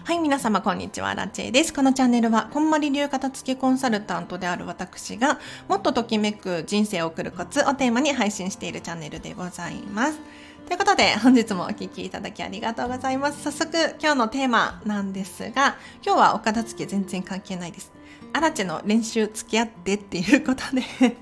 はい、皆様こんにちは、ラチェです。このチャンネルはこんまり流片付けコンサルタントである私がもっとときめく人生を送るコツをテーマに配信しているチャンネルでございます。ということで本日もお聞きいただきありがとうございます。早速今日のテーマなんですが、今日はお片付け全然関係ないです。アラチェの練習付き合ってっていうことで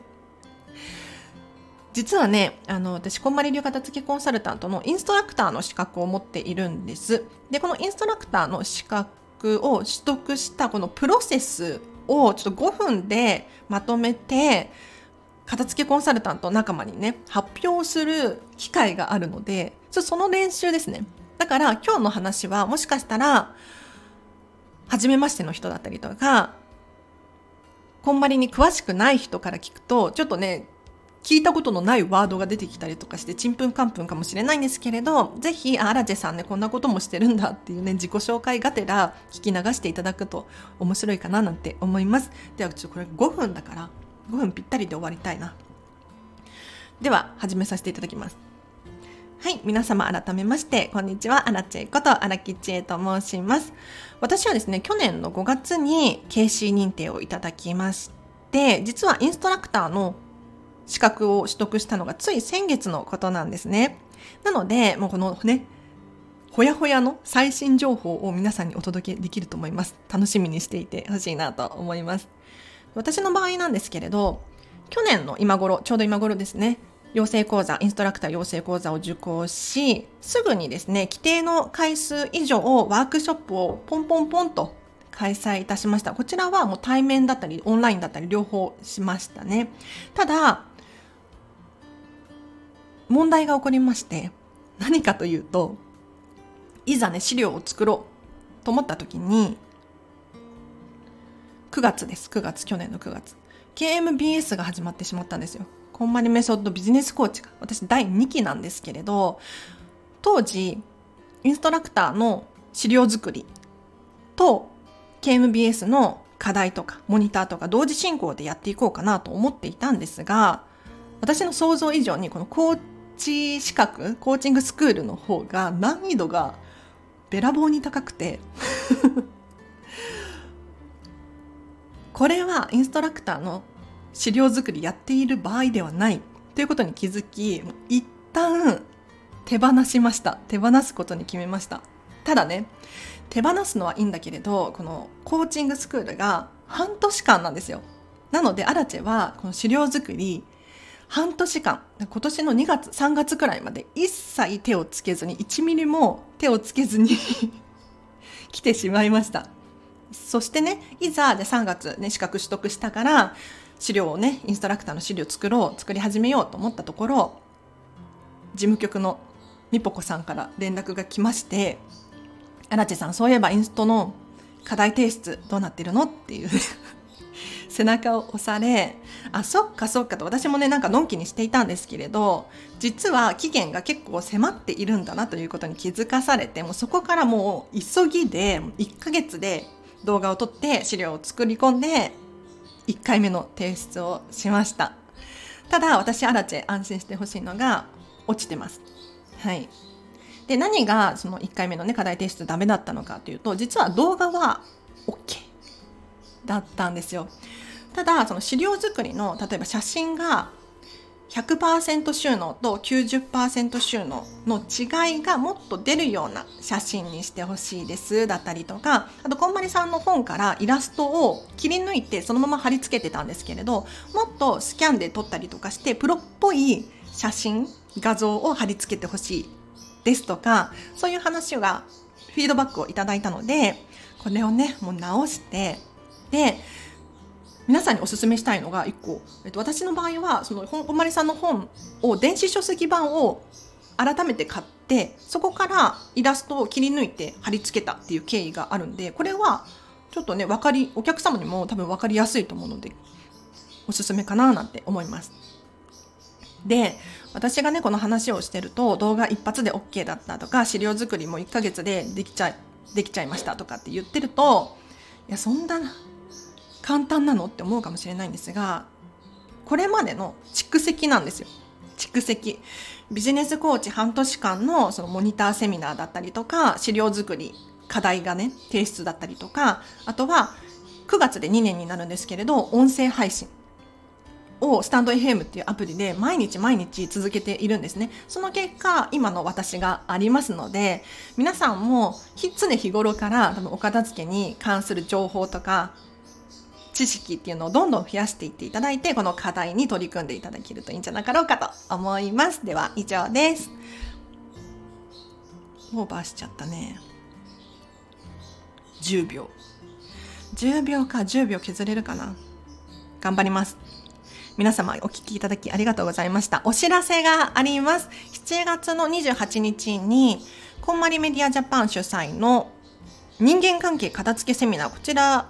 実はね、私こんまり流片付けコンサルタントのインストラクターの資格を持っているんです。で、このインストラクターの資格を取得したこのプロセスをちょっと5分でまとめて片付けコンサルタント仲間にね発表する機会があるので、その練習ですね。だから今日の話はもしかしたら初めましての人だったりとか、こんまりに詳しくない人から聞くとちょっとね聞いたことのないワードが出てきたりとかしてちんぷんかんぷんかもしれないんですけれど、ぜひアラジェさんねこんなこともしてるんだっていうね自己紹介がてら聞き流していただくと面白いかななんて思います。ではこれ5分だから5分ぴったりで終わりたいな。では始めさせていただきます。はい、皆様改めましてこんにちは、アラチェこと荒木千恵と申します。私はですね去年の5月に KC 認定をいただきまして、実はインストラクターの資格を取得したのがつい先月のことなんですね。なのでもうこのねほやほやの最新情報を皆さんにお届けできると思います。楽しみにしていてほしいなと思います。私の場合なんですけれど、去年の今頃、ちょうど今頃ですね、養成講座、インストラクター養成講座を受講し、すぐにですね規定の回数以上ワークショップをポンポンポンと開催いたしました。こちらはもう対面だったりオンラインだったり両方しましたね。ただ問題が起こりまして、何かというと、いざね資料を作ろうと思った時に9月です。去年の9月 KMBS が始まってしまったんですよ。こんまりメソッドビジネスコーチが私第2期なんですけれど、当時インストラクターの資料作りと KMBS の課題とかモニターとか同時進行でやっていこうかなと思っていたんですが、私の想像以上にこのコーチ資格、コーチングスクールの方が難易度がべらぼうに高くてこれはインストラクターの資料作りやっている場合ではないということに気づき、一旦手放しました。手放すことに決めました。ただね、手放すのはいいんだけれど、このコーチングスクールが半年間なんですよ。なのでアラチェはこの資料作り半年間、今年の2月3月くらいまで一切手をつけずに、1ミリも手をつけずに来てしまいました。そしてね、いざで3月ね資格取得したから資料をねインストラクターの資料作り始めようと思ったところ、事務局のみぽこさんから連絡が来まして、アラチェさんそういえばインストの課題提出どうなってるのっていう背中を押され、あ、そっかそっかと私もねなんかのんきにしていたんですけれど、実は期限が結構迫っているんだなということに気づかされて、もうそこからもう急ぎで1ヶ月で動画を撮って資料を作り込んで1回目の提出をしました。ただ私アラチェ安心してほしいのが落ちてます。はい。で、何がその1回目のね課題提出ダメだったのかというと、実は動画は OK だったんですよ。ただその資料作りの例えば写真が 100% 収納と 90% 収納の違いがもっと出るような写真にしてほしいですだったりとか、あとこんまりさんの本からイラストを切り抜いてそのまま貼り付けてたんですけれど、もっとスキャンで撮ったりとかしてプロっぽい写真画像を貼り付けてほしいですとか、そういう話がフィードバックをいただいたので、これをねもう直して、で皆さんにお勧めしたいのが1個、私の場合はそのこんまりさんの本を電子書籍版を改めて買って、そこからイラストを切り抜いて貼り付けたっていう経緯があるんで、これはちょっとねお客様にも多分分かりやすいと思うのでおすすめかななんて思います。で、私がねこの話をしてると動画一発で OK だったとか、資料作りも1ヶ月でできちゃいましたとかって言ってると、いやそんな簡単なのって思うかもしれないんですが、これまでの蓄積なんですよ。蓄積。ビジネスコーチ半年間のそのモニターセミナーだったりとか資料作り課題がね提出だったりとか、あとは9月で2年になるんですけれど、音声配信をスタンド FM っていうアプリで毎日毎日続けているんですね。その結果今の私がありますので、皆さんも常日頃から多分お片付けに関する情報とか知識っていうのをどんどん増やしていっていただいて、この課題に取り組んでいただけるといいんじゃなかろうかと思います。では以上です。オーバーしちゃったね。10秒か。10秒削れるかな。頑張ります。皆様お聞きいただきありがとうございました。お知らせがあります。7月の28日にこんまりメディアジャパン主催の人間関係片付けセミナー、こちら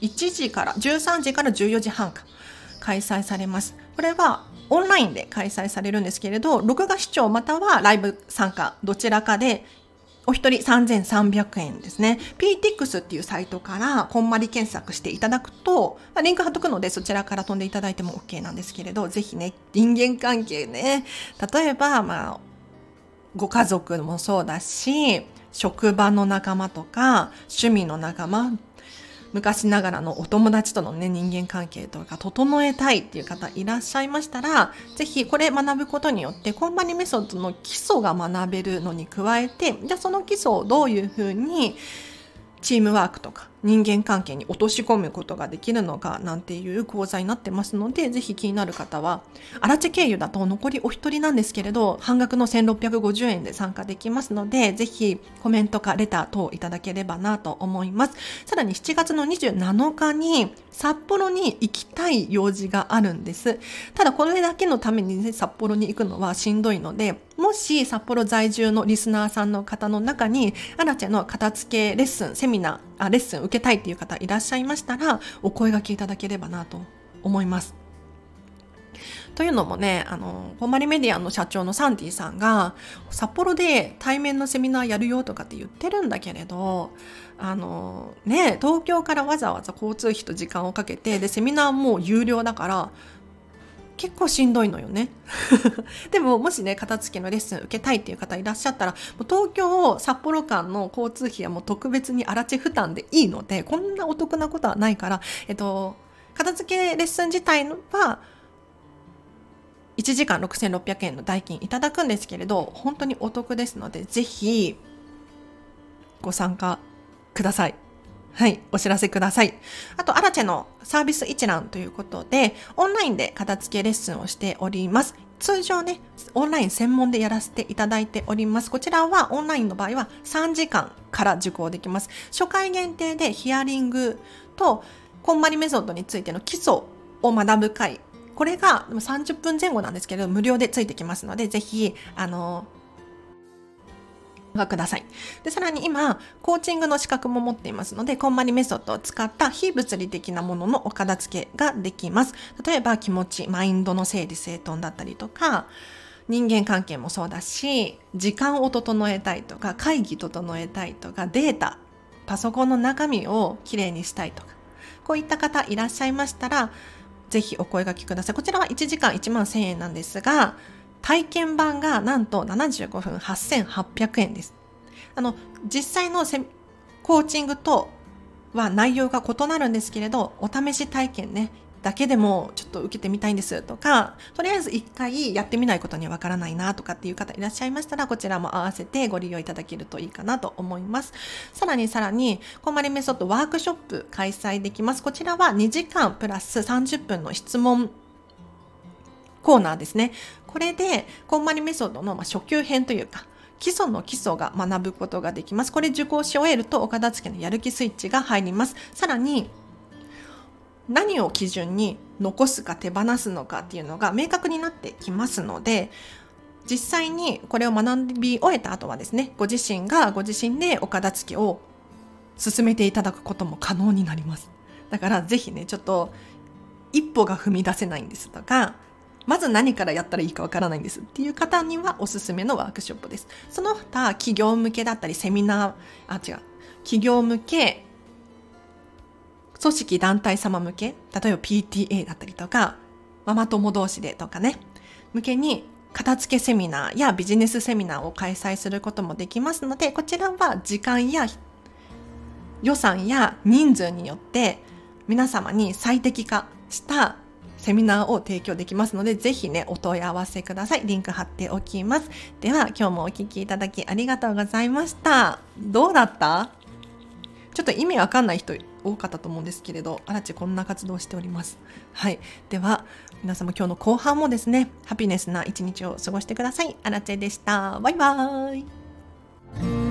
13時から14時半か開催されます。これはオンラインで開催されるんですけれど、録画視聴またはライブ参加どちらかでお一人3300円ですね。PTX っていうサイトからこんまり検索していただくと、リンク貼っとくのでそちらから飛んでいただいても OK なんですけれど、ぜひね、人間関係ね、例えばご家族もそうだし、職場の仲間とか趣味の仲間、昔ながらのお友達とのね、人間関係とか整えたいっていう方いらっしゃいましたら、ぜひこれ学ぶことによってこんまりメソッドの基礎が学べるのに加えて、じゃあその基礎をどういうふうにチームワークとか人間関係に落とし込むことができるのかなんていう講座になってますので、ぜひ気になる方は、アラチェ経由だと残りお一人なんですけれど、半額の1650円で参加できますので、ぜひコメントかレター等いただければなと思います。さらに7月の27日に札幌に行きたい用事があるんです。ただこれだけのために、ね、札幌に行くのはしんどいので、もし札幌在住のリスナーさんの方の中にアラチェの片付けレッスン、レッスン受けたいっていう方いらっしゃいましたら、お声掛けいただければなと思います。というのもね、こんまりメディアの社長のサンディさんが札幌で対面のセミナーやるよとかって言ってるんだけれど、東京からわざわざ交通費と時間をかけて、でセミナーも有料だから結構しんどいのよね。でももしね、片付けのレッスン受けたいっていう方いらっしゃったら、東京札幌間の交通費はもう特別にアラチェ負担でいいので、こんなお得なことはないから、片付けレッスン自体は1時間6600円の代金いただくんですけれど、本当にお得ですので、ぜひご参加ください。はい、お知らせください。あと、アラチェのサービス一覧ということで、オンラインで片付けレッスンをしております。通常ね、オンライン専門でやらせていただいております。こちらはオンラインの場合は3時間から受講できます。初回限定でヒアリングとこんまりメソッドについての基礎を学ぶ会、これが30分前後なんですけど、無料でついてきますので、ぜひください。で、さらに今コーチングの資格も持っていますので、こんまりメソッドを使った非物理的なもののお片付けができます。例えば気持ち、マインドの整理整頓だったりとか、人間関係もそうだし、時間を整えたいとか、会議整えたいとか、データ、パソコンの中身をきれいにしたいとか、こういった方いらっしゃいましたら、ぜひお声掛けください。こちらは1時間11000円なんですが、体験版がなんと75分8800円です。実際のコーチングとは内容が異なるんですけれど、お試し体験ね、だけでもちょっと受けてみたいんですとか、とりあえず1回やってみないことにはわからないなとかっていう方いらっしゃいましたら、こちらも合わせてご利用いただけるといいかなと思います。さらにこんまりメソッドワークショップ開催できます。こちらは2時間プラス30分の質問コーナーですね。これでこんまりメソッドの初級編というか、基礎の基礎が学ぶことができます。これ受講し終えるとお片付けのやる気スイッチが入ります。さらに何を基準に残すか手放すのかっていうのが明確になってきますので、実際にこれを学び終えた後はですね、ご自身でお片付けを進めていただくことも可能になります。だからぜひね、ちょっと一歩が踏み出せないんですとか、まず何からやったらいいかわからないんですっていう方にはおすすめのワークショップです。その他企業向けだったり企業向け、組織団体様向け、例えば PTA だったりとか、ママ友同士でとかね、向けに片付けセミナーやビジネスセミナーを開催することもできますので、こちらは時間や予算や人数によって皆様に最適化したセミナーを提供できますので、ぜひね、お問い合わせください。リンク貼っておきます。では、今日もお聞きいただきありがとうございました。どうだった？ちょっと意味わかんない人多かったと思うんですけれど、アラチこんな活動をしております。はい。では、皆様今日の後半もですね、ハピネスな一日を過ごしてください。アラチェでした。バイバーイ。